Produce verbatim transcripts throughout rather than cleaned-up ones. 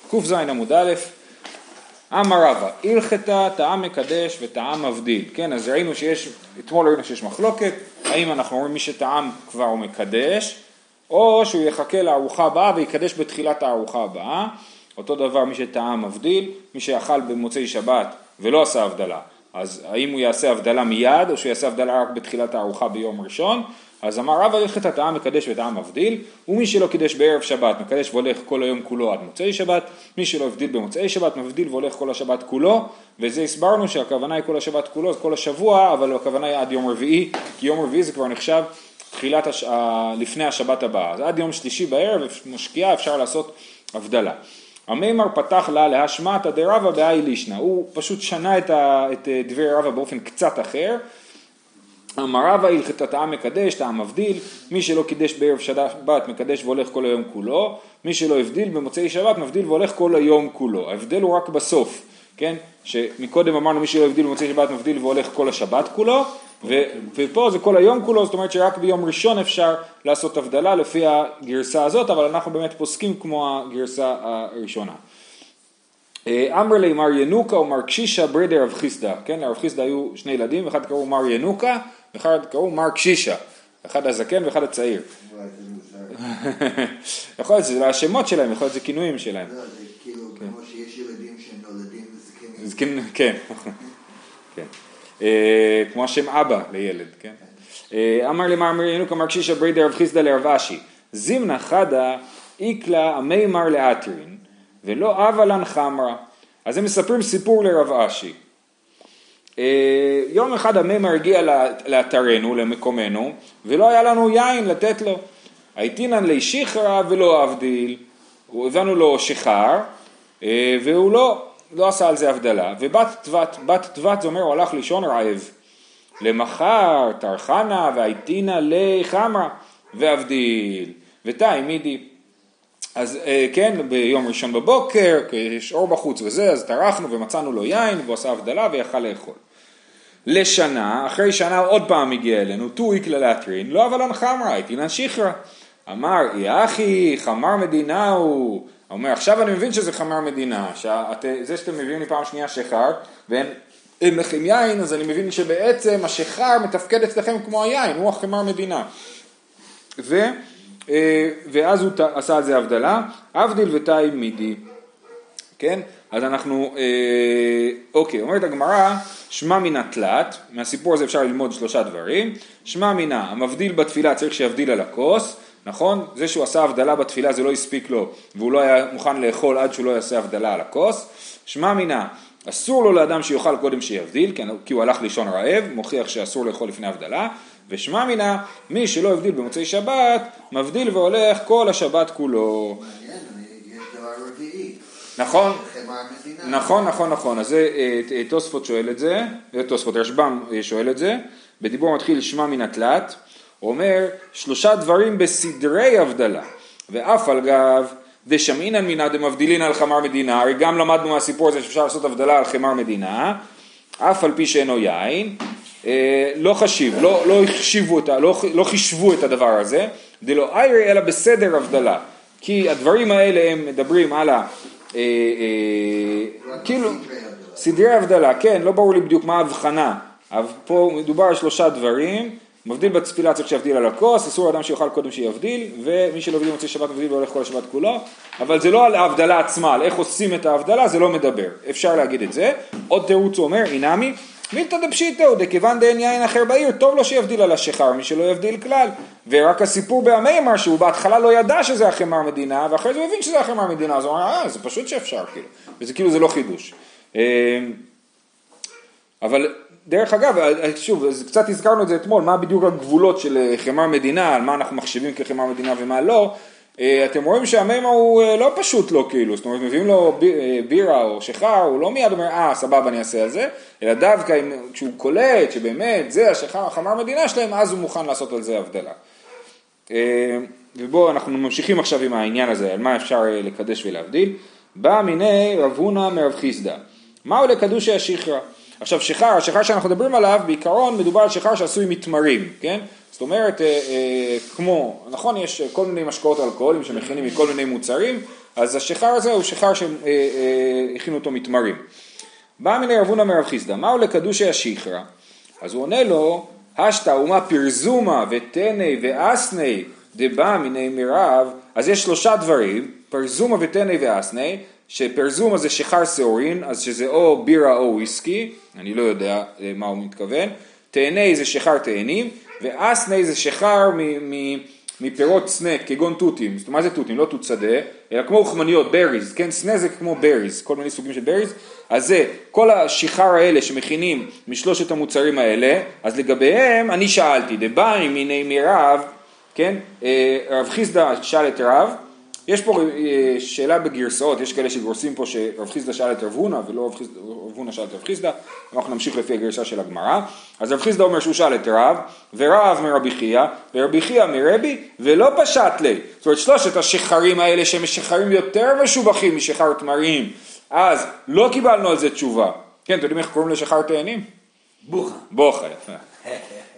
קוף זין עמוד א', אמר רבא, הלכתה טעם מקדש וטעם מבדיל, כן, אז ראינו שיש, אתמול ראינו שיש מחלוקת, האם אנחנו אומרים מי שטעם כבר הוא מקדש, או שהוא יחכה לארוחה הבאה ויקדש בתחילת הארוחה הבאה, אותו דבר מי שטעם מבדיל, מי שאכל במוצאי שבת ולא עשה הבדלה, אז האם הוא יעשה הבדלה מיד או שהוא יעשה הבדלה רק בתחילת הארוחה ביום ראשון, אז אמר רבא הלכת טעם מקדש וטעם מבדיל, ומי שלא קידש בערב שבת מקדש והולך כל היום כולו עד מוצאי שבת, מי שלא הבדיל במוצאי שבת מבדיל והולך כל השבת כולו, וזה הסברנו שהכוונה היא כל השבת כולו, זה כל השבוע, אבל הכוונה היא עד יום רביעי, כי יום רביעי זה כבר נחשב תחילת הש... לפני השבת הבאה, אז עד יום שלישי בערב משקיעה אפשר לעשות הבדלה. המימר פתח לה להשמעת דרבא בהאי לישנא, הוא פשוט שנה את, ה... את דברי רבא באופן קצת אחר, אמר רבא הלכת טעם מקדש, טעם מבדיל, מי שלא קידש בערב שבת מקדש והולך כל היום כולו, מי שלא הבדיל במוצאי שבת מבדיל והולך כל היום כולו, ההבדל הוא רק בסוף, כן? שמקודם אמרנו מי שלא הבדיל במוצאי שבת מבדיל והולך כל השבת כולו, ו- ופה זה כל היום כולו, זאת אומרת שרק ביום ראשון אפשר לעשות הבדלה לפי הגרסה הזאת, אבל אנחנו באמת פוסקים כמו הגרסה הראשונה. אמר לי מר ינוקה ומר קשישה ברידר רב חיסדא, כן, לרב חיסדא היו שני ילדים, אחד קראו מר ינוקה, ואחד קראו מר קשישה, אחד הזקן ואחד הצעיר. יכול להיות שזה השמות שלהם, יכול להיות זה כינויים שלהם. לא, זה כאילו כמו שיש ילדים שנולדים זקנים. זקנים, כן, כן. כמו השם אבא לילד, כן. אמר לי מר ינוקה מר קשישה ברידר רב חיסדא לרב אשי, זימנה חדה איקלה המימר לאטרין, ולא אבלן חמרה. אז הם מספרים סיפור לרב אשי. יום אחד המימר הגיע לאתרנו, למקומנו, ולא היה לנו יין לתת לו. הייתינן לי שיחרה ולא הבדיל, הבאנו לו שיחר, והוא לא, לא עשה על זה הבדלה. ובת תבת, בת תבת זה אומר, הוא הלך לישון רעב. למחר תרחנה והייתינה לי חמרה והבדיל, ותאי מידי. אז כן, ביום ראשון בבוקר, יש אור בחוץ וזה, אז טרחנו ומצאנו לו יין, והוא עשה הבדלה ויכל לאכול. לשנה, אחרי שנה עוד פעם הגיע אלינו, תויק ללטרין, לא אבל חמרה, הייתינן שיחרה. אמר, יא אחי, חמר מדינה הוא. הוא אומר, עכשיו אני מבין שזה חמר מדינה, שאת, זה שאתם מביאים לי פעם שנייה שיחר, ואין לכם יין, אז אני מבין שבעצם השיחר מתפקד אצלכם כמו היין, הוא החמר מדינה. ו... ואז הוא עשה על זה הבדלה, הבדיל ותאי מידי, כן? אז אנחנו, אוקיי, אומרת הגמרא, שמה מן התלת, מהסיפור הזה אפשר ללמוד שלושה דברים, שמה מינה, המבדיל בתפילה צריך שיבדיל על הכוס, נכון? זה שהוא עשה הבדלה בתפילה זה לא הספיק לו, והוא לא היה מוכן לאכול עד שהוא לא יעשה הבדלה על הכוס, שמה מינה, אסור לו לאדם שיאכל קודם שיבדיל, כי הוא הלך לישון רעב, מוכיח שאסור לאכול לפני הבדלה, ושמה מינה, מי שלא הבדיל במוצאי שבת, מבדיל והולך כל השבת כולו. מעניין, יש דבר רביעי. נכון, חמר מדינה. נכון, נכון, נכון. אז תוספות שואל את זה, תוספות רשב"ם שואל את זה, בדיבור מתחיל שמה מן התלת, הוא אומר שלושה דברים בסדרי הבדלה, ואף על גב, דשמעינן מינא דמבדילין על חמר מדינה, הרי גם למדנו מהסיפור הזה שאפשר לעשות הבדלה על חמר מדינה, אף על פי שאינו יין, לא חשיב, לא, לא החשיבו את, לא, לא חישבו את הדבר הזה, דלא איירי אלא בסדר הבדלה, כי הדברים האלה הם מדברים על ה... אה, אה, כאילו, סדרי הבדלה, כן, לא ברור לי בדיוק מה ההבחנה, אבל פה מדובר על שלושה דברים, מבדיל בתפילה צריך שיבדיל על הכוס, אסור אדם שיאכל קודם שיבדיל, ומי שלא מבדיל מוצאי שבת מבדיל והולך כל השבת כולו, אבל זה לא על ההבדלה עצמה, על איך עושים את ההבדלה, זה לא מדבר, אפשר להגיד את זה. עוד תירוץ הוא אומר, אינמי, מילתא דפשיטא, דכיוון דאין יין אחר בעיר, טוב לו שיבדיל על השיחר, מי שלא יבדיל כלל. ורק הסיפור בהמימר, שהוא בהתחלה לא ידע שזה החמר מדינה, ואחרי זה הוא הבין שזה החמר מדינה, אז הוא אומר, אה, זה פשוט שאפשר, כאילו. וזה כאילו זה לא חידוש. אבל דרך אגב, שוב, אז קצת הזכרנו את זה אתמול, מה בדיוק הגבולות של חמר מדינה, על מה אנחנו מחשיבים כחמר מדינה ומה לא. אתם רואים שהמימר הוא לא פשוט לו כאילו, זאת אומרת, מביאים לו בירה או שיחר, הוא לא מיד אומר, אה, סבבה, אני אעשה את זה, אלא דווקא כשהוא קולט שבאמת זה השיחר, החמר מדינה שלהם, אז הוא מוכן לעשות על זה הבדלה. ובואו אנחנו ממשיכים עכשיו עם העניין הזה, על מה אפשר לקדש ולהבדיל. בא מיני רב הונא מרב חיסדא, מהו לקדושי השיחרא? עכשיו שיחר, השיחר שאנחנו מדברים עליו, בעיקרון מדובר על שיחר שעשוי מתמרים, כן? זאת אומרת, אה, אה, כמו, נכון, יש כל מיני משקאות אלכוהולים שמכינים מכל מיני מוצרים, אז השחר הזה הוא שחר שהכינו אותו מתמרים. בא מיני רב הונא מרב חיסדא, מהו לקדושי השכרה? אז הוא עונה לו, השתא ומה פרזומה ותני ואסני דבא מיני מרב, אז יש שלושה דברים, פרזומה ותני ואסני, שפרזומה זה שחר שעורין, אז שזה או בירה או וויסקי, אני לא יודע מה הוא מתכוון, תני זה שחר תאנים, ואסני זה שחר מ... מ מפירות סנה, כגון תותים. זאת אומרת, מה זה תותים? לא תות שדה, אלא כמו חמניות, בריז, כן? סנה זה כמו בריז, כל מיני סוגים של בריז. אז זה, כל השחר האלה שמכינים משלושת המוצרים האלה, אז לגביהם אני שאלתי, דבאי מיני מרב, כן? רב חיסדא שאל את רב, יש פה שאלה בגרסאות, יש כאלה שגורסים פה שרב חיסדא שאל את רב הונא, ולא רב הונא שאל את רב חיסדא, אנחנו נמשיך לפי הגרסה של הגמרא. אז רב חיסדא אומר שהוא שאל את רב, ורב מרבי חייא, ורבי חייא מרבי, ולא פשט לי. זאת אומרת, שלושת השחרים האלה שהם שחרים יותר משובחים משחר תמרים, אז לא קיבלנו על זה תשובה. כן, אתם יודעים איך קוראים לשחר תאנים? בוכה. בוכה, יפה.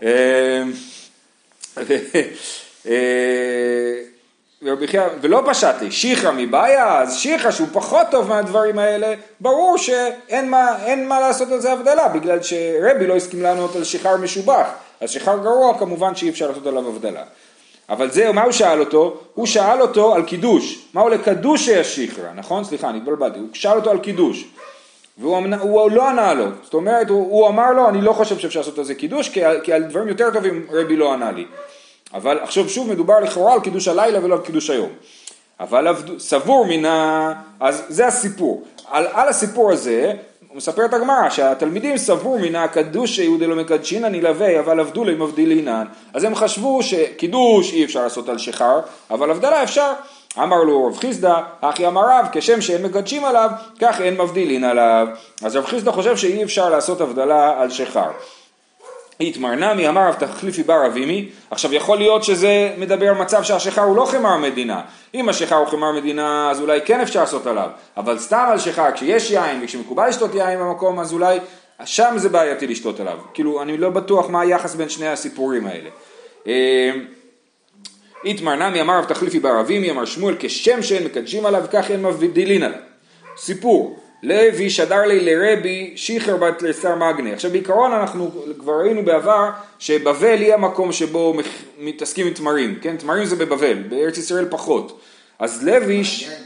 ולא פשט לי, שיחרא מבעיה, אז שיחרא שהוא פחות טוב מהדברים האלה, ברור שאין מה, אין מה לעשות על זה הבדלה, בגלל שרבי לא הסכים לענות על שיחר משובח, אז שיחר גרוע כמובן שאי אפשר לעשות עליו הבדלה. אבל זהו, מה הוא שאל אותו? הוא שאל אותו על קידוש, מהו לקדושי השכרה, נכון? סליחה, אני התבלבלתי, הוא שאל אותו על קידוש, והוא הוא לא ענה לו, זאת אומרת, הוא, הוא אמר לו, אני לא חושב שאפשר לעשות על זה קידוש, כי, כי על דברים יותר טובים רבי לא ענה לי. אבל עכשיו שוב מדובר לכאורה על קידוש הלילה ולא על קידוש היום. אבל סבור מינה, אז זה הסיפור. על, על הסיפור הזה, הוא מספר את הגמרא, שהתלמידים סבור מינה, קדוש שיהודי לא מקדשינן ילווה, אבל עבדו להם מבדילינן. אז הם חשבו שקידוש אי אפשר לעשות על שחר, אבל הבדלה אפשר. אמר לו רב חיסדא, אחי אמר רב, כשם שאין מקדשים עליו, כך אין מבדילין עליו. אז רב חיסדא חושב שאי אפשר לעשות הבדלה על שחר. התמרנמי אמר רב תחליפי בר אבימי, עכשיו יכול להיות שזה מדבר על מצב שהשחר הוא לא חמר מדינה, אם השחר הוא חמר מדינה אז אולי כן אפשר לעשות עליו, אבל סתם על שחר כשיש יין וכשמקובל לשתות יין במקום אז אולי שם זה בעייתי לשתות עליו, כאילו אני לא בטוח מה היחס בין שני הסיפורים האלה. התמרנמי אמר רב תחליפי בר אבימי, אמר שמואל כשם שאין מקדשים עליו כך אין מבדילין עליו. סיפור לוי שדר לי לרבי שיחר בת לשר מגנה. עכשיו בעיקרון אנחנו כבר ראינו בעבר שבבל היא המקום שבו מתעסקים עם תמרים, כן? תמרים זה בבבל, בארץ ישראל פחות. אז לוי...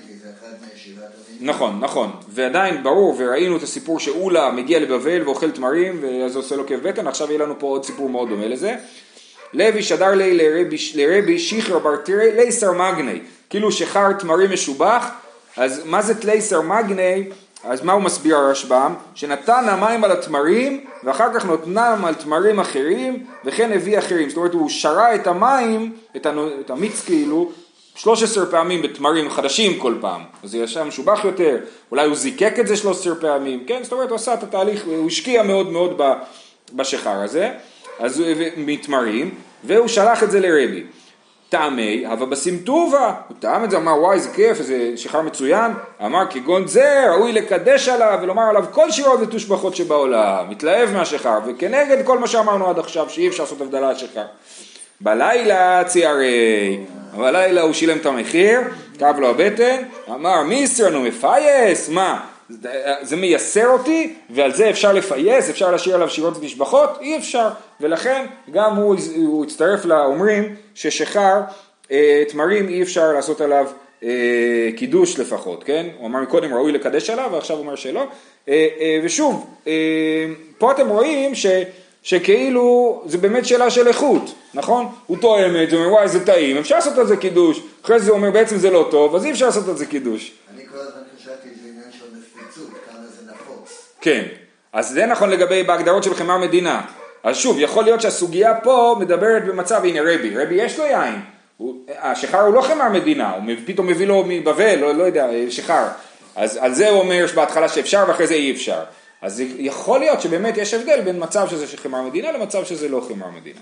נכון, נכון. ועדיין ברור, וראינו את הסיפור שאולה מגיע לבבל ואוכל תמרים ואז עושה לו כאב בטן, עכשיו יהיה לנו פה עוד סיפור מאוד דומה לזה. לוי שדר לי לרבי, לרבי שיחר בת לשר מגנה, כאילו שחר תמרים משובח, אז מה זה תליסר מגני? אז מה הוא מסביר הרשב"ם? שנתן המים על התמרים ואחר כך נותנם על תמרים אחרים וכן הביא אחרים. זאת אומרת הוא שרה את המים, את המיץ כאילו, שלוש עשרה פעמים בתמרים חדשים כל פעם. אז זה ישב משובח יותר, אולי הוא זיקק את זה שלוש עשרה פעמים. כן, זאת אומרת הוא עשה את התהליך, הוא השקיע מאוד מאוד בשחר הזה, אז הוא הביא מתמרים והוא שלח את זה לרבי. טעמי, אבל בסמטובה, הוא טעם את זה, אמר וואי זה כיף, זה שחר מצוין, אמר כגון זה, ראוי לקדש עליו ולומר עליו כל שירות ותושבחות שבעולם, מתלהב מהשחר, וכנגד כל מה שאמרנו עד עכשיו, שאי אפשר לעשות הבדלה על שחר. בלילה ציירי, בלילה הוא שילם את המחיר, כאב לו הבטן, אמר מי יסרנו מפייס, מה? זה מייסר אותי ועל זה אפשר לפייס, אפשר להשאיר עליו שירות ותשבחות, אי אפשר, ולכן גם הוא, הוא הצטרף לאומרים ששחר אה, תמרים אי אפשר לעשות עליו אה, קידוש לפחות, כן? הוא אמר מקודם ראוי לקדש עליו ועכשיו הוא אומר שלא, אה, אה, ושוב, אה, פה אתם רואים ש, שכאילו זה באמת שאלה של איכות, נכון? הוא תואם את זה, הוא אומר וואי זה טעים, אפשר לעשות על זה קידוש, אחרי זה הוא אומר בעצם זה לא טוב, אז אי אפשר לעשות על זה קידוש. אני כל הזמן חשבתי זה עניין של נפיצות, כמה זה נפוץ. כן, אז זה נכון לגבי בהגדרות של חמר מדינה. אז שוב, יכול להיות שהסוגיה פה מדברת במצב, הנה רבי, רבי יש לו יין, הוא, השחר הוא לא חמר מדינה, הוא פתאום מביא לו מבבל, לא, לא יודע, שחר. אז על זה הוא אומר שבהתחלה שאפשר ואחרי זה אי אפשר. אז יכול להיות שבאמת יש הבדל בין מצב שזה חמר מדינה למצב שזה לא חמר מדינה.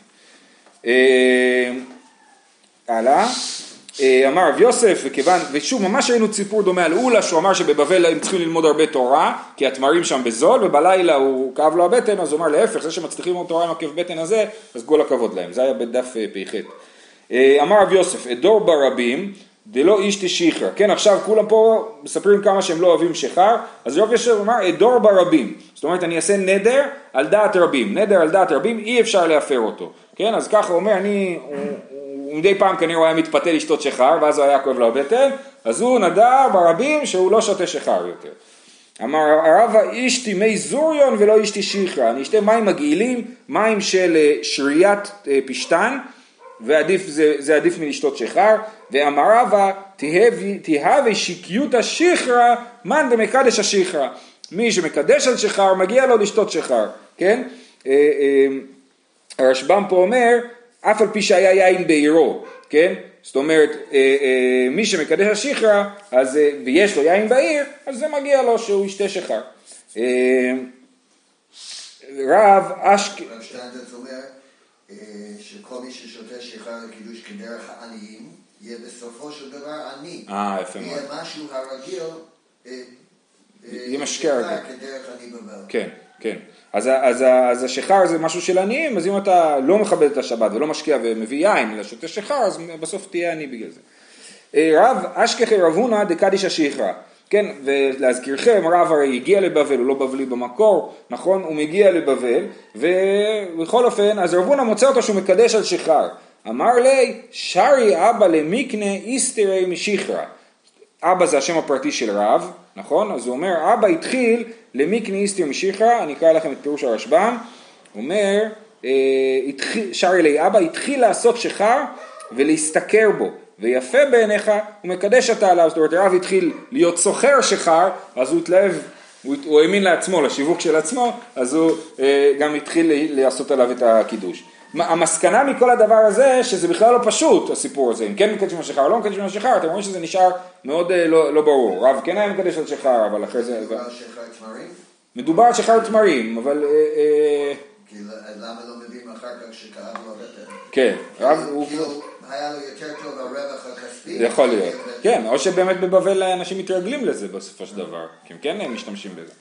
הלאה. אמר רב יוסף, וכיוון, ושוב ממש ראינו ציפור דומה על אולה, שהוא אמר שבבבל הם צריכים ללמוד הרבה תורה, כי התמרים שם בזול, ובלילה הוא כאב לו הבטן, אז הוא אמר להפך, זה שמצליחים ללמוד תורה עם הכאב בטן הזה, אז כל הכבוד להם, זה היה בדף פ"ח. אמר רב יוסף, את דור ברבים, דלא אישתי שיחרא, כן, עכשיו כולם פה מספרים כמה שהם לא אוהבים שיכר, אז רב ישב אמר, אדור ברבים, זאת אומרת אני אעשה נדר על דעת רבים, נדר על דעת רבים אי אפשר להפר אותו, כן, אז ככה הוא אומר, אני, הוא, הוא מדי פעם כנראה הוא היה מתפתה לשתות שיכר, ואז הוא היה כואב לו הבטן, אז הוא נדר ברבים שהוא לא שותה שיכר יותר. אמר הרבה אישתי מי זוריון ולא אישתי שיחרא, אני אשתה מים מגעילים, מים של שריית פשטן, ועדיף, זה, זה עדיף מלשתות שיכר, ואמר רבא תהווה שיקיות השיחרא מן דמקדש השיחרא, מי שמקדש על שיכר מגיע לו לשתות שיכר, כן? הרשב"ם פה אומר אף על פי שהיה יין בעירו, כן? זאת אומרת מי שמקדש על שיחרא אז, ויש לו יין בעיר, אז זה מגיע לו שהוא ישתה שיכר. רב אשק... רב שטיינזלץ אומר שכל מי ששותה שיכר לקידוש כדרך העניים, יהיה בסופו של דבר עני. אה, יפה מאוד. יהיה משהו הרגיל, יהיה משקה הרגיל. כדרך עני בבל. כן, כן. אז, אז, אז השיכר זה משהו של עניים, אז אם אתה לא מכבד את השבת ולא משקיע ומביא יין, אלא שותה שיכר, אז בסוף תהיה עני בגלל זה. רב אשכחי רב הונא דקדיש השיחרא. כן, ולהזכירכם, רב הרי הגיע לבבל, הוא לא בבלי במקור, נכון? הוא מגיע לבבל, ובכל אופן, אז רב הונא מוצא אותו שהוא מקדש על שיכר. אמר לי, שרי אבא למיקנה איסתרי משיחרא. אבא זה השם הפרטי של רב, נכון? אז הוא אומר, אבא התחיל למיקנה איסתרי משיחרא, אני אקרא לכם את פירוש הרשב"ם, הוא אומר, שרי לי, אבא התחיל לעשות שיכר ולהסתכר בו. ויפה בעיניך, הוא מקדש אתה עליו, זאת אומרת, הרב התחיל להיות סוחר שיכר, אז הוא התלהב, הוא, הוא האמין לעצמו, לשיווק של עצמו, אז הוא אה, גם התחיל לעשות עליו את הקידוש. המסקנה מכל הדבר הזה, שזה בכלל לא פשוט, הסיפור הזה, אם כן מקדשים על שיכר או לא מקדשים על שיכר, אתם רואים שזה נשאר מאוד אה, לא, לא ברור. רב כן היה מקדש על שיכר, אבל אחרי זה... מדובר על שיכר תמרים? מדובר על שיכר תמרים, אבל... אה, אה... כי למה לא מביאים אחר כך שכאב לו בטן? כן, רב הוא... היה לו יותר טוב הרווח הכספי. יכול להיות, כן, או שבאמת בבבל אנשים מתרגלים לזה בסופו של דבר, כי הם כן הם משתמשים בזה.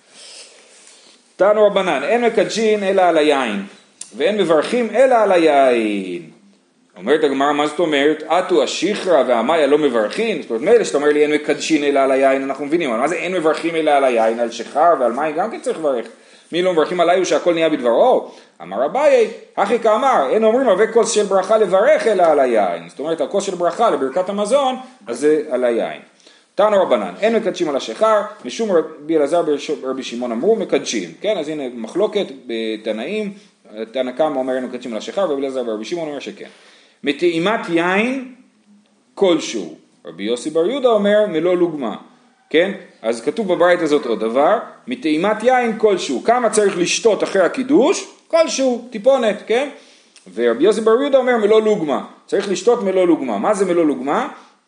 תנו רבנן, אין מקדשין אלא על היין, ואין מברכים אלא על היין. אומרת הגמרא, מה זאת אומרת? אתו השיחרא והמאיה לא מברכים? זאת אומרת, מילא שאתה אומר לי אין מקדשין אלא על היין, אנחנו מבינים, אבל מה זה אין מברכים אלא על היין, על שיכר ועל מים גם כן צריך לברך. מי לא מברכים עליי הוא שהכל נהיה בדברו? אמר אביי, הכי כאמר, אין אומרים הרבה כוס של ברכה לברך אלא על היין. זאת אומרת, הכוס של ברכה לברכת המזון, אז זה על היין. תנו רבנן, אין מקדשים על השיכר, משום רבי אלעזר ורבי שמעון אמרו מקדשים. כן, אז הנה מחלוקת בתנאים, תנא קמא אומר אין מקדשים על השיכר, ורבי אלעזר ורבי שמעון אומר שכן. מטעימת יין כלשהו. רבי יוסי בר יהודה אומר מלוא לוגמה. כן? אז כתוב בברייתא הזאת עוד דבר, מטעימת יין כלשהו, כמה צריך לשתות אחרי הקידוש? כלשהו, טיפונת, כן? ורבי יוסי בר יהודה אומר מלוא לוגמה, צריך לשתות מלוא לוגמה. מה זה מלוא לוגמה?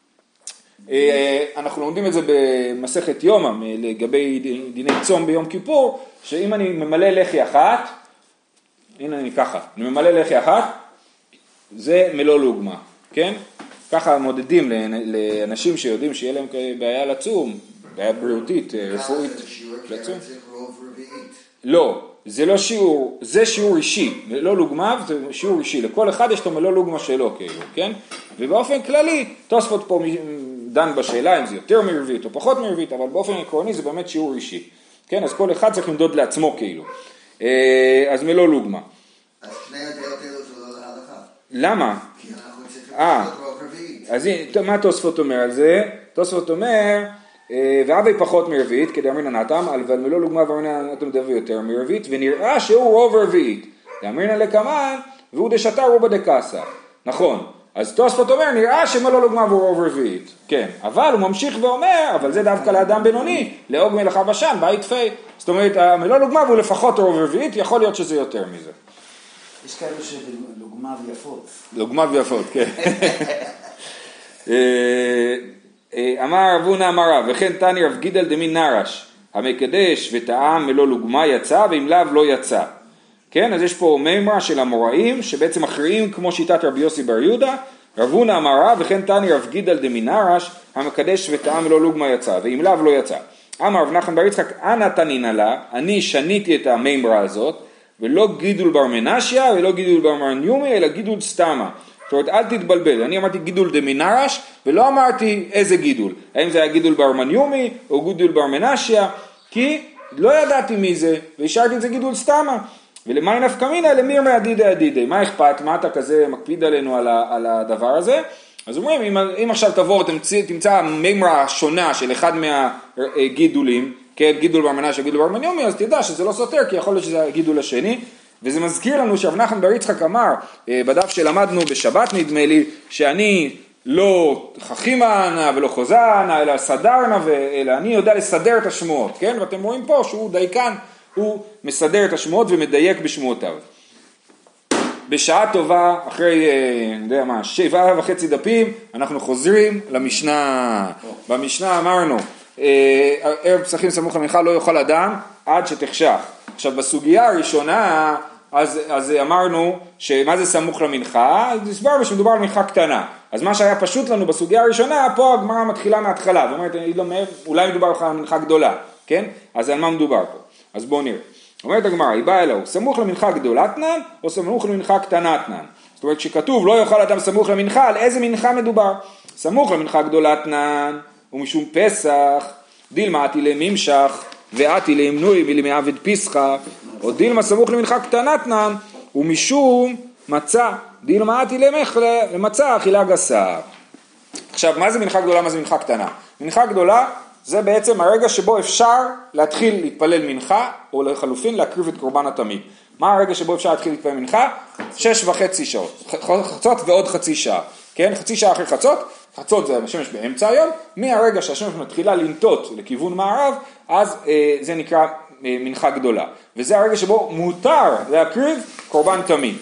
אנחנו לומדים את זה במסכת יומא, לגבי דיני צום ביום כיפור, שאם אני ממלא לחי אחת, הנה אני ככה, אני ממלא לחי אחת, זה מלוא לוגמה, כן? ככה מודדים לאנשים שיודעים שיהיה להם בעיה לצום, בעיה בריאותית, רפואית. לצום. לא, זה לא שיעור, זה שיעור אישי, לא לוגמה, זה שיעור אישי, לכל אחד יש לו מלוא לוגמה שלו, כאילו, כן? ובאופן כללי, תוספות פה דן בשאלה אם זה יותר מרבית או פחות מרבית, אבל באופן עקרוני זה באמת שיעור אישי, כן? אז כל אחד צריך למדוד לעצמו, כאילו. אז מלוא לוגמה. אז שני הדעות האלו זה לא להלכה. למה? כי אנחנו צריכים לשתות רוב רביעית. אז מה תוספות אומר על זה? תוספות אומר, ואבי פחות מרבית, כדי אמרינן נתם, אבל מלוא לוגמה ואמרינן נתם דבי יותר מרבית, ונראה שהוא רוב רביעית. אמרינן לקמן, והוא דשתה רובה דקסה. נכון. אז תוספות אומר, נראה שמלוא לוגמה והוא רוב רביעית. כן. אבל הוא ממשיך ואומר, אבל זה דווקא לאדם בינוני, לאוג מלאכה בשן, בית פי. זאת אומרת, המלוא לוגמה והוא לפחות רוב רביעית, יכול להיות שזה יותר מזה. יש כאלה שלוגמה ויפות. לוגמה ויפות, כן. אמר רב הונא אמר רב, וכן תני רב גידל דמין נרש, המקדש וטעם מלוא לוגמה יצא, ואם לאו לא יצא. כן, אז יש פה מימרה של המוראים, שבעצם מכריעים כמו שיטת רבי יוסי בר יהודה. רב הונא אמר רב, וכן תני רב גידל דמין נרש, המקדש וטעם מלוא לוגמה יצא, ואם לאו לא יצא. אמר רב נחמן בר יצחק, אנא תנינא לה, אני שניתי את המימרה הזאת, ולא גידול בר מנשיה ולא גידול בר מרניומי, אלא גידול סתמה. זאת אומרת, אל תתבלבל, אני אמרתי גידול דמינרש, ולא אמרתי איזה גידול, האם זה היה גידול בר מניומי, או גידול בר מנשיה, כי לא ידעתי מי זה, והשארתי את זה גידול סתמה, ולמה נפקא מינה למיר מעדידי עדידי, מה אכפת, מה אתה כזה מקפיד עלינו על, ה, על הדבר הזה, אז אומרים, אם, אם עכשיו תבוא, תמצא, תמצא מימרה שונה של אחד מהגידולים, כן, גידול בר מנשיה, גידול בר מניומי, אז תדע שזה לא סותר, כי יכול להיות שזה הגידול השני, וזה מזכיר לנו שרב נחמן בר יצחק אמר, בדף שלמדנו בשבת נדמה לי, שאני לא חכימה ולא חוזנה, אלא סדרנה, אלא אני יודע לסדר את השמועות, כן? ואתם רואים פה שהוא דייקן, הוא מסדר את השמועות ומדייק בשמועותיו. בשעה טובה, אחרי, אני יודע מה, שבעה וחצי דפים, אנחנו חוזרים למשנה. במשנה אמרנו, ערב פסחים סמוך למנחה לא יאכל אדם עד שתחשך. עכשיו בסוגיה הראשונה, אז, אז אמרנו שמה זה סמוך למנחה, אז הסברנו שמדובר על מנחה קטנה. אז מה שהיה פשוט לנו בסוגיה הראשונה, פה הגמרא מתחילה מההתחלה, זאת אומרת, אולי מדובר על מנחה גדולה, כן? אז על מה מדובר פה? אז בואו נראה. אומרת הגמרא, היא באה אלוהו, סמוך למנחה גדולתנן או סמוך למנחה קטנתנן? זאת אומרת, כשכתוב לא יאכל אדם סמוך למנחה, על איזה מנחה מדובר? סמוך למנחה גדולתנן ומשום פסח, דילמה עתי לממשך ועתי לאמנוי מלמעבד פסחה, או דילמה סמוך למנחה קטנתנן ומשום מצה, דילמה עתי למצה אכילה גסה. עכשיו, מה זה מנחה גדולה, מה זה מנחה קטנה? מנחה גדולה זה בעצם הרגע שבו אפשר להתחיל להתפלל מנחה, או לחלופין להקריב את קורבן התמיד. מה הרגע שבו אפשר להתחיל להתפלל מנחה? שש וחצי שעות, חצות ועוד חצי שעה, כן? חצי שעה אחרי חצות, חצות זה השמש באמצע היום, מהרגע שהשמש מתחילה לנטות לכיוון מערב, אז אה, זה נקרא אה, מנחה גדולה. וזה הרגע שבו מותר להקריב קורבן תמיד.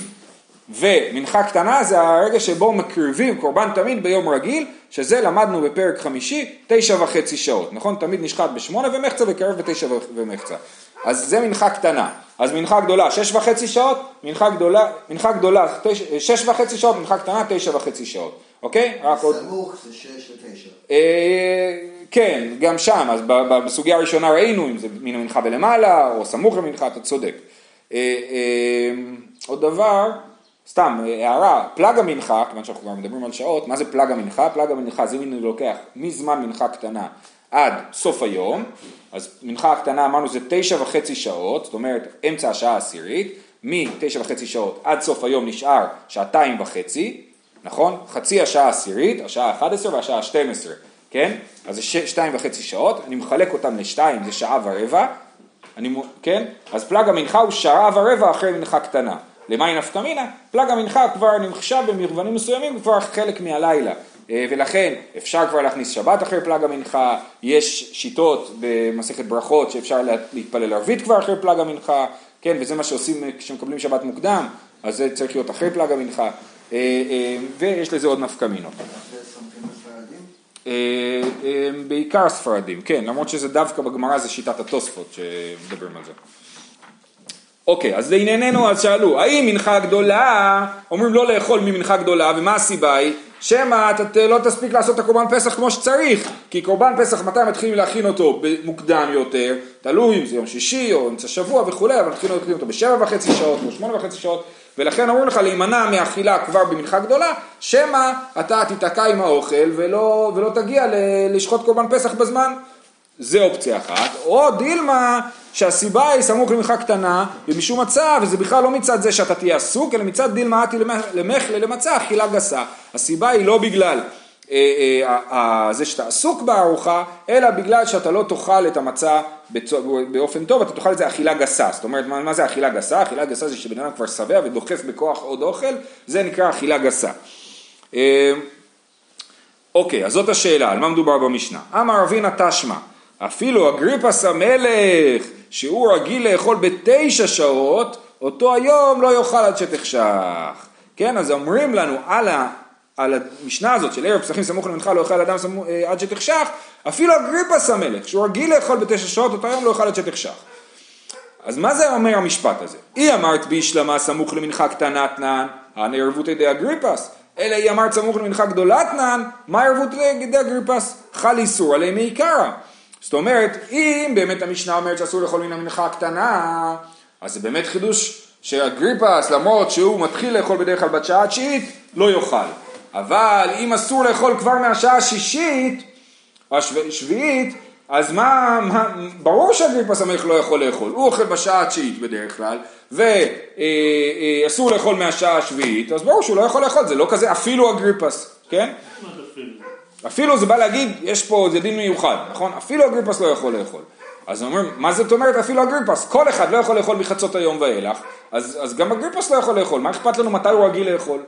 ומנחה קטנה זה הרגע שבו מקריבים קורבן תמיד ביום רגיל, שזה למדנו בפרק חמישי, תשע וחצי שעות, נכון? תמיד נשחט בשמונה ומחצה וקרב בתשע ומחצה. אז זה מנחה קטנה. אז מנחה גדולה, שש וחצי שעות, מנחה גדולה, מנחה גדולה, תש, שש וחצי שעות, מנחה קטנה, תשע וחצי שעות. אוקיי? סמוך זה שש ותשע. אה, כן, גם שם, אז בסוגיה הראשונה ראינו אם זה מן המנחה בלמעלה, או סמוך למנחה, אתה צודק. אה, אה, עוד דבר, סתם, הערה, פלג המנחה, כיוון שאנחנו כבר מדברים על שעות, מה זה פלג המנחה? פלג המנחה זה מין לוקח מזמן מנחה קטנה עד סוף היום, אז מנחה הקטנה אמרנו זה תשע וחצי שעות, זאת אומרת אמצע השעה העשירית, מתשע וחצי שעות עד סוף היום נשאר שעתיים וחצי, נכון? חצי השעה העשירית, השעה ה-אחת עשרה והשעה ה-שתים עשרה, כן? אז זה שתיים וחצי שעות, אני מחלק אותם לשתיים, זה שעה ורבע, אני, כן? אז פלג המנחה הוא שעה ורבע אחרי מנחה קטנה. למה נפקא מינה? פלג המנחה כבר נמחשב במובנים מסוימים כבר חלק מהלילה, ולכן אפשר כבר להכניס שבת אחרי פלג המנחה, יש שיטות במסכת ברכות שאפשר להתפלל ערבית כבר אחרי פלג המנחה, כן, וזה מה שעושים כשמקבלים שבת מוקדם, אז זה צריך להיות אחרי פלג המנחה, ויש לזה עוד נפקא מינות. בעיקר הספרדים, כן, למרות שזה דווקא בגמרא זה שיטת התוספות שמדברים על זה. אוקיי, אז לענייננו אז שאלו, האם מנחה גדולה, אומרים לא לאכול ממנחה גדולה, ומה הסיבה היא? שמה אתה לא תספיק לעשות את הקורבן פסח כמו שצריך, כי קורבן פסח מתי מתחילים להכין אותו מוקדם יותר, תלוי אם זה יום שישי או אמצע שבוע וכולי, אבל מתחילים להכין אותו בשבע וחצי שעות או שמונה וחצי שעות, ולכן אומרים לך להימנע מאכילה כבר במנחה גדולה, שמה אתה תתעקע עם האוכל ולא, ולא תגיע לשחוט קורבן פסח בזמן. זה אופציה אחת, או דילמה שהסיבה היא סמוך למנחה קטנה ומשום מצה, וזה בכלל לא מצד זה שאתה תהיה עסוק, אלא מצד דילמה עתי למחלה למצה, אכילה גסה. הסיבה היא לא בגלל אה, אה, אה, זה שאתה עסוק בארוחה, אלא בגלל שאתה לא תאכל את המצה באופן טוב, אתה תאכל את זה אכילה גסה. זאת אומרת, מה, מה זה אכילה גסה? אכילה גסה זה שבן אדם כבר שבע ודוחף בכוח עוד אוכל, זה נקרא אכילה גסה. אה, אוקיי, אז זאת השאלה, על מה מדובר במשנה? אמר רבינה תשמע, אפילו אגריפס המלך, שהוא רגיל לאכול בתשע שעות, אותו היום לא יאכל עד שתחשך. כן, אז אומרים לנו על, ה, על המשנה הזאת של ערב פסחים סמוך למנחה לא יאכל אדם סמוך, עד שתחשך, אפילו אגריפס המלך, שהוא רגיל לאכול בתשע שעות, אותו היום לא יאכל עד שתחשך. אז מה זה אומר המשפט הזה? היא אמרת בישלמה סמוך למנחה קטנתנן, הנערבות ידי אגריפס. אלא היא אמרת סמוך למנחה גדולתנן, מה ערבות ידי אגריפס? חל איסור עליהם מעיקרה. זאת אומרת, אם באמת המשנה אומרת שאסור לאכול מן המנחה הקטנה, אז זה באמת חידוש שהאגריפס למרות שהוא מתחיל לאכול בדרך כלל בשעה התשיעית לא יאכל, אבל אם אסור לאכול כבר מהשעה השישית או השביעית, אז מה, מה ברור שהאגריפס המלך לא יכול לאכול, הוא אוכל בשעה התשיעית בדרך כלל ואסור לאכול מהשעה השביעית, אז ברור שהוא לא יכול לאכול, זה לא כזה אפילו אגריפס, כן? אפילו זה בא להגיד, יש פה, זה דין מיוחד, נכון? אפילו אגריפס לא יכול לאכול. אז אומרים, מה זאת אומרת אפילו אגריפס? כל אחד לא יכול לאכול מחצות היום ואילך, אז, אז גם אגריפס לא יכול לאכול. מה אכפת לנו מתי הוא רגיל לאכול?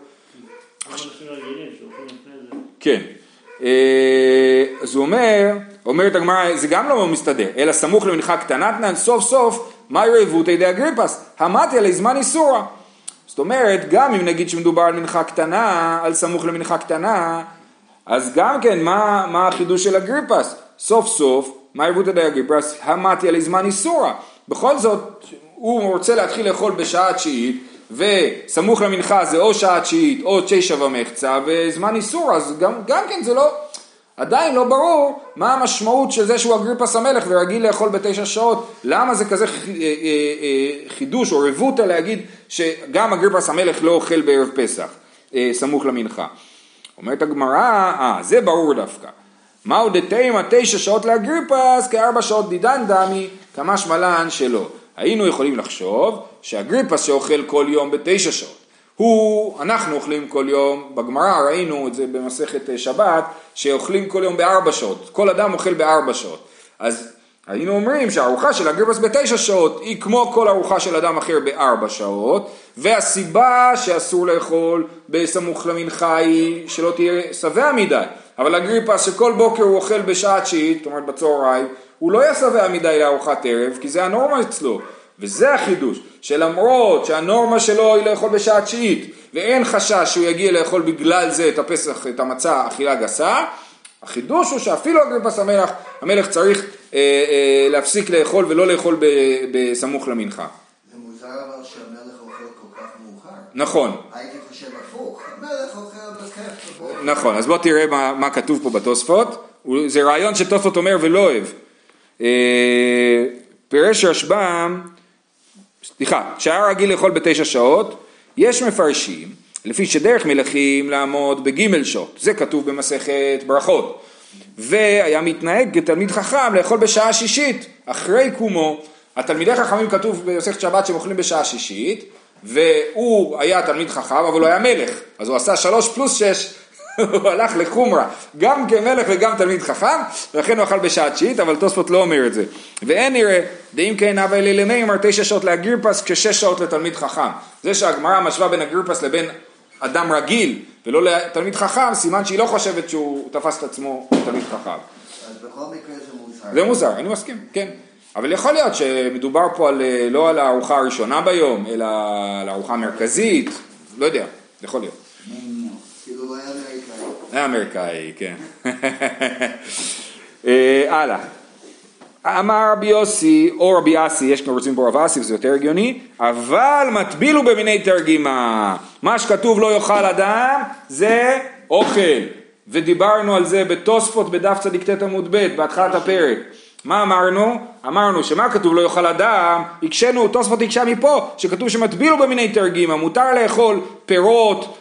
כן. אז הוא אומר, אומרת הגמרא, זה גם לא מסתדר, אלא סמוך למנחה קטנתנן, סוף סוף, מה ירבו תידי אגריפס? המתי עלי זמן איסורה. זאת אומרת, גם אם נגיד שמדובר על מנחה קטנה, על סמוך למנחה קטנה, אז גם כן, מה, מה החידוש של אגריפס? סוף סוף, מה ירבו תידי אגריפס? המתי עלי זמן איסורה. בכל זאת, הוא רוצה להתחיל לאכול בשעה התשיעית, וסמוך למנחה זה או שעה תשיעית או תשע ומחצה, וזמן איסור, אז גם, גם כן זה לא, עדיין לא ברור מה המשמעות של זה שהוא אגריפס המלך ורגיל לאכול בתשע שעות, למה זה כזה חידוש או רבותא להגיד שגם אגריפס המלך לא אוכל בערב פסח, סמוך למנחה. אומרת הגמרא, אה, זה ברור דווקא. מהו דתימה תשע שעות לאגריפס כארבע שעות דידן דמי, כמה שמלן שלא. היינו יכולים לחשוב שאגריפס שאוכל כל יום בתשע שעות, הוא, אנחנו אוכלים כל יום, בגמרא ראינו את זה במסכת שבת, שאוכלים כל יום בארבע שעות, כל אדם אוכל בארבע שעות, אז היינו אומרים שהארוחה של אגריפס בתשע שעות היא כמו כל ארוחה של אדם אחר בארבע שעות, והסיבה שאסור לאכול בסמוך למנחה היא שלא תהיה שבע מדי, אבל אגריפס שכל בוקר הוא אוכל בשעה תשיעית, זאת אומרת בצהריים, הוא לא ישבע מדי לארוחת ערב, כי זה הנורמה אצלו, וזה החידוש, שלמרות שהנורמה שלו היא לאכול בשעה תשיעית, ואין חשש שהוא יגיע לאכול בגלל זה את הפסח, את המצה, אכילה גסה, החידוש הוא שאפילו אגריפס המלך, המלך צריך אה, אה, להפסיק לאכול ולא לאכול ב, בסמוך למנחה. זה מוזר אבל שהמלך אוכל כל כך מאוחר. נכון. הייתי חושב הפוך, המלך אוכל בכיף בבוקר. נכון, אז בוא תראה מה, מה כתוב פה בתוספות, זה רעיון שתוספות אומר ולא אוהב. פירש רשב"ם, סליחה, שהיה רגיל לאכול בתשע שעות, יש מפרשים, לפי שדרך מלכים לעמוד בגימל שעות, זה כתוב במסכת ברכות, והיה מתנהג כתלמיד חכם לאכול בשעה שישית, אחרי קומו, התלמידי חכמים כתוב במסכת שבת שהם אוכלים בשעה שישית, והוא היה תלמיד חכם, אבל הוא היה מלך, אז הוא עשה שלוש פלוס שש, הוא הלך לחומרה, גם כמלך וגם תלמיד חכם, ולכן הוא אכל בשעה תשיעית, אבל תוספות לא אומר את זה. ואין נראה, דאם כן הווה אלילי אמר תשע שעות לאגריפס, כשש שעות לתלמיד חכם. זה שהגמרא משווה בין אגריפס לבין אדם רגיל, ולא לתלמיד חכם, סימן שהיא לא חושבת שהוא תפס את עצמו תלמיד חכם. אז בכל מקרה זה מוזר. זה מוזר, אני מסכים, כן. אבל יכול להיות שמדובר פה על, לא על הארוחה הראשונה ביום, אלא על הארוחה המרכזית, לא יודע, יכול להיות. כאילו לא היה אמריקאי. היה אמריקאי, כן. הלאה. אמר רבי יוסי, או רבי אסי, יש לנו רוצים פה רבי אסי, וזה יותר הגיוני, אבל מטבילו במיני תרגימה. מה שכתוב לא יאכל אדם, זה אוכל. ודיברנו על זה בתוספות בדף צדיק ת' עמוד ב', בהתחלת הפרק. מה אמרנו? אמרנו שמה כתוב לא יאכל אדם, הקשנו, תוספות הקשה מפה, שכתוב שמטבילו במיני תרגימה, מותר לאכול פירות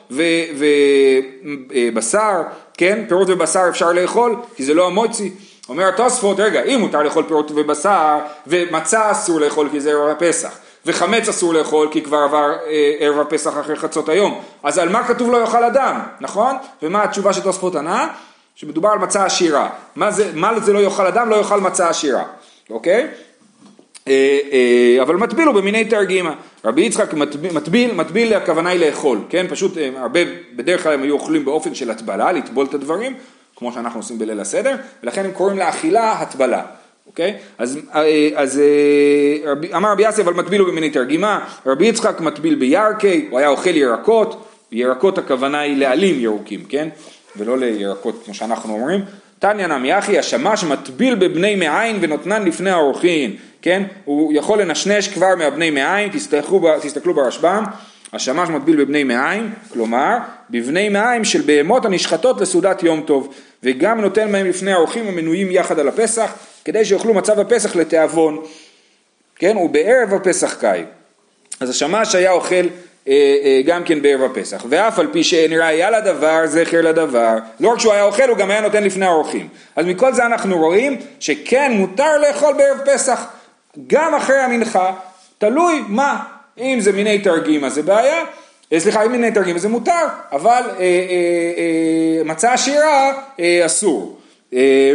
ובשר, כן? פירות ובשר אפשר לאכול, כי זה לא המוציא. אומר התוספות, רגע, אם מותר לאכול פירות ובשר, ומצה אסור לאכול כי זה ערב הפסח, וחמץ אסור לאכול כי כבר עבר אה, ערב הפסח אחרי חצות היום, אז על מה כתוב לא יאכל אדם, נכון? ומה התשובה של תוספות ענה? שמדובר על מצה עשירה. מה זה, מה זה לא יאכל אדם? לא יאכל מצה עשירה, אוקיי? אה, אה, אבל מטביל הוא במיני תרגימה. רבי יצחק מטביל, מטביל, מטביל הכוונה היא לאכול, כן? פשוט אה, הרבה, בדרך כלל הם היו אוכלים באופן של הטבלה, לטבול את הדברים, כמו שאנחנו עושים בליל הסדר, ולכן הם קוראים לאכילה הטבלה, אוקיי? אז, אז רבי, אמר רבי יוסי, אבל מטבילו במיני תרגימה, רבי יצחק מטביל בירקי, הוא היה אוכל ירקות, ירקות הכוונה היא לעלים ירוקים, כן? ולא לירקות כמו שאנחנו אומרים, תניא נמי אחי, השמש מטביל בבני מעין ונותנן לפני האורחין, כן? הוא יכול לנשנש כבר מהבני מעין, תסתכלו, תסתכלו ברשב"ם, השמש מטביל בבני מעיים, כלומר, בבני מעיים של בהמות הנשחטות לסעודת יום טוב, וגם נותן מהם לפני האורחים המנויים יחד על הפסח, כדי שיוכלו מצב הפסח לתיאבון, כן, ובערב הפסח קאי. אז השמש היה אוכל אה, אה, גם כן בערב הפסח, ואף על פי שנראה לדבר זכר לדבר, לא רק שהוא היה אוכל, הוא גם היה נותן לפני האורחים. אז מכל זה אנחנו רואים שכן מותר לאכול בערב פסח, גם אחרי המנחה, תלוי מה, אם זה מיני תרגים אז זה בעיה, סליחה, אם מיני תרגים אז זה מותר, אבל אה, אה, אה, מצה עשירה אה, אסור. אה,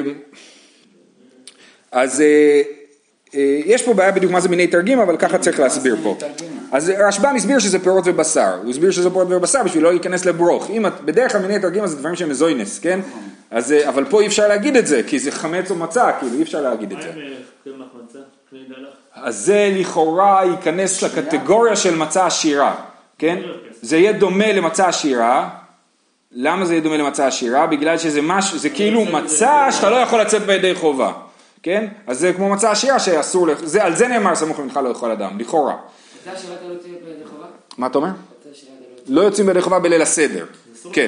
אז אה, אה, יש פה בעיה בדיוק מה זה מיני תרגים, אבל ככה צריך להסביר פה. אז רשב"ם הסביר שזה פירות ובשר, הוא הסביר שזה פירות ובשר בשביל לא להיכנס לברוך. אם בדרך כלל מיני תרגים אז זה דברים שהם מזוינס, כן? אז, אבל פה אי אפשר להגיד את זה, כי זה חמץ או מצה, כאילו אי אפשר להגיד את זה. אז זה לכאורה ייכנס לקטגוריה של מצה עשירה, כן? זה יהיה דומה למצה עשירה. למה זה יהיה דומה למצה עשירה? בגלל שזה משהו, זה כאילו מצה שאתה לא יכול לצאת בידי חובה, כן? אז זה כמו מצה עשירה שאסור, זה, על זה נאמר סמוך למנחה לא יאכל אדם, לכאורה. מצה עשירה אתה לא יוצאים בידי חובה? מה אתה אומר? לא יוצאים בידי חובה בליל הסדר, כן.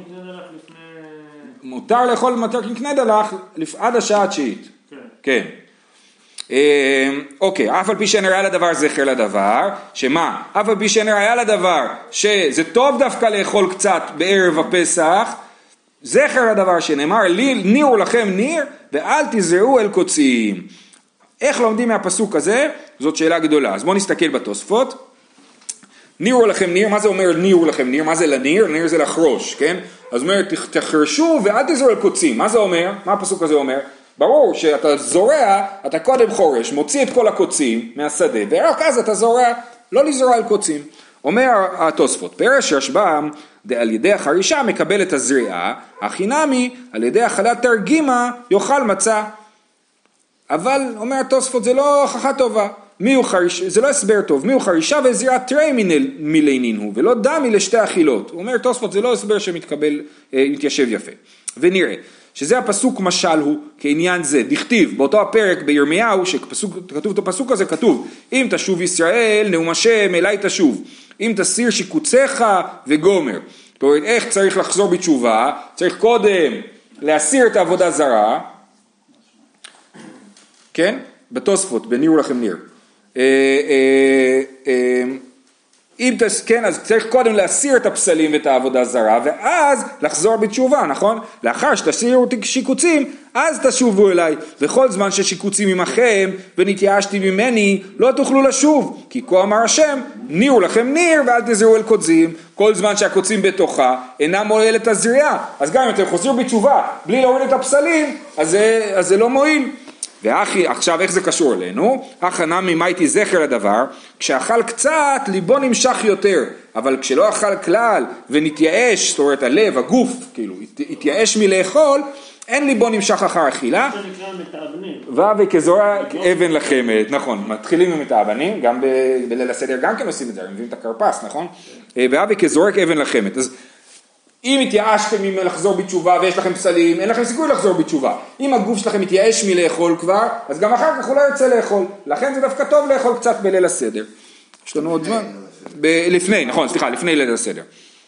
מותר לאכול מותר כקנה דלך עד השעה התשיעית, כן. אוקיי, אף על פי שנראה לדבר זכר לדבר, שמה? אף על פי שנראה לדבר שזה טוב דווקא לאכול קצת בערב הפסח, זכר לדבר שנאמר, נירו לכם ניר ואל תזרעו אל קוצים. איך לומדים מהפסוק הזה? זאת שאלה גדולה. אז בואו נסתכל בתוספות. נירו לכם ניר, מה זה אומר נירו לכם ניר? מה זה לניר? ניר זה לחרוש, כן? אז אומר, תחרשו ואל תזרעו אל קוצים. מה זה אומר? מה הפסוק הזה אומר? ברור שאתה זורע, אתה קודם חורש, מוציא את כל הקוצים מהשדה, ורק אז אתה זורע, לא לזרוע על קוצים. אומר התוספות, פרש רשב"ם, על ידי החרישה מקבל את הזריעה, החינמי, על ידי החלת תרגימה, יאכל מצה. אבל, אומר התוספות, זה לא הוכחה טובה. מי הוא חריש, זה לא הסבר טוב, מי הוא חרישה וזריעה תרי מילינין הוא, ולא דמי לשתי אכילות. הוא אומר תוספות, זה לא הסבר שמתקבל, מתיישב יפה. ונראה. שזה הפסוק משל הוא כעניין זה, דכתיב באותו הפרק בירמיהו שכתוב את הפסוק הזה, כתוב אם תשוב ישראל נאום השם אליי תשוב, אם תסיר שיקוציך וגומר. זאת אומרת איך צריך לחזור בתשובה, צריך קודם להסיר את העבודה זרה, כן? בתוספות, בנירו לכם ניר. אם תס, כן, אז צריך קודם להסיר את הפסלים ואת העבודה זרה, ואז לחזור בתשובה, נכון? לאחר שתסירו שיקוצים, אז תשובו אליי, וכל זמן ששיקוצים עמכם, ונתייאשתי ממני, לא תוכלו לשוב, כי כה אמר השם, נירו לכם ניר, ואל תזרעו אל קוצים, כל זמן שהקוצים בתוכה, אינה מועיל את הזריעה, אז גם אם אתם חוזרים בתשובה, בלי להוריד את הפסלים, אז זה, אז זה לא מועיל. ואחי, עכשיו איך זה קשור אלינו? הכנה ממייתי זכר לדבר, כשאכל קצת ליבו נמשך יותר, אבל כשלא אכל כלל ונתייאש, זאת אומרת הלב, הגוף, כאילו, התייאש מלאכול, אין ליבו נמשך אחר אכילה. זה נקרא מתאבנים. וכזורע אבן לחמת, נכון, מתחילים עם מתאבנים, גם בליל הסדר גם כן עושים את זה, מביאים את הקרפס, נכון? וכזורק אבן לחמת, אז אם התייאשתם מלחזור בתשובה ויש לכם פסלים, אין לכם סיכוי לחזור בתשובה. אם הגוף שלכם מתייאש מלאכול כבר, אז גם אחר כך הוא לא יוצא לאכול. לכן זה דווקא טוב לאכול קצת בליל הסדר. יש לנו עוד זמן? לפני, נכון, סליחה, לפני ליל הסדר.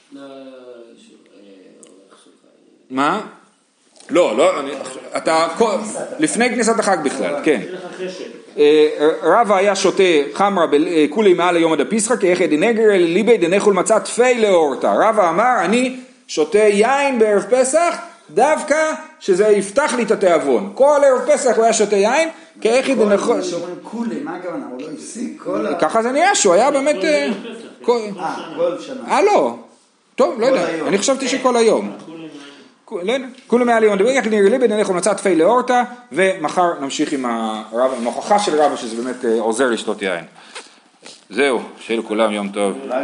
מה? לא, לא, אתה, לפני כניסת החג בכלל, כן. רבא היה שותה חמרה כולי מעל היום עד הפסחא, כאיכא דנגר ליבי דנאכול מצה תפי לאורתא. רבא אמר, אני שותה יין בערב פסח, דווקא שזה יפתח לי את התיאבון. כל ערב פסח הוא היה שותה יין, כאיכא דנאכול... שאומרים כולי, מה הכוונה? הוא לא הפסיק כל ה... ככה זה נראה שהוא היה באמת... אה, כל שנה. אה, לא. טוב, לא יודע. אני חשבתי שכל היום. כולם מעל יום דברי, איך נראה לי בנלך ונצא תפי לאורתא, ומחר נמשיך עם ההוכחה של רבא שזה באמת עוזר לשתות יין. זהו, שיהיה לכולם יום טוב.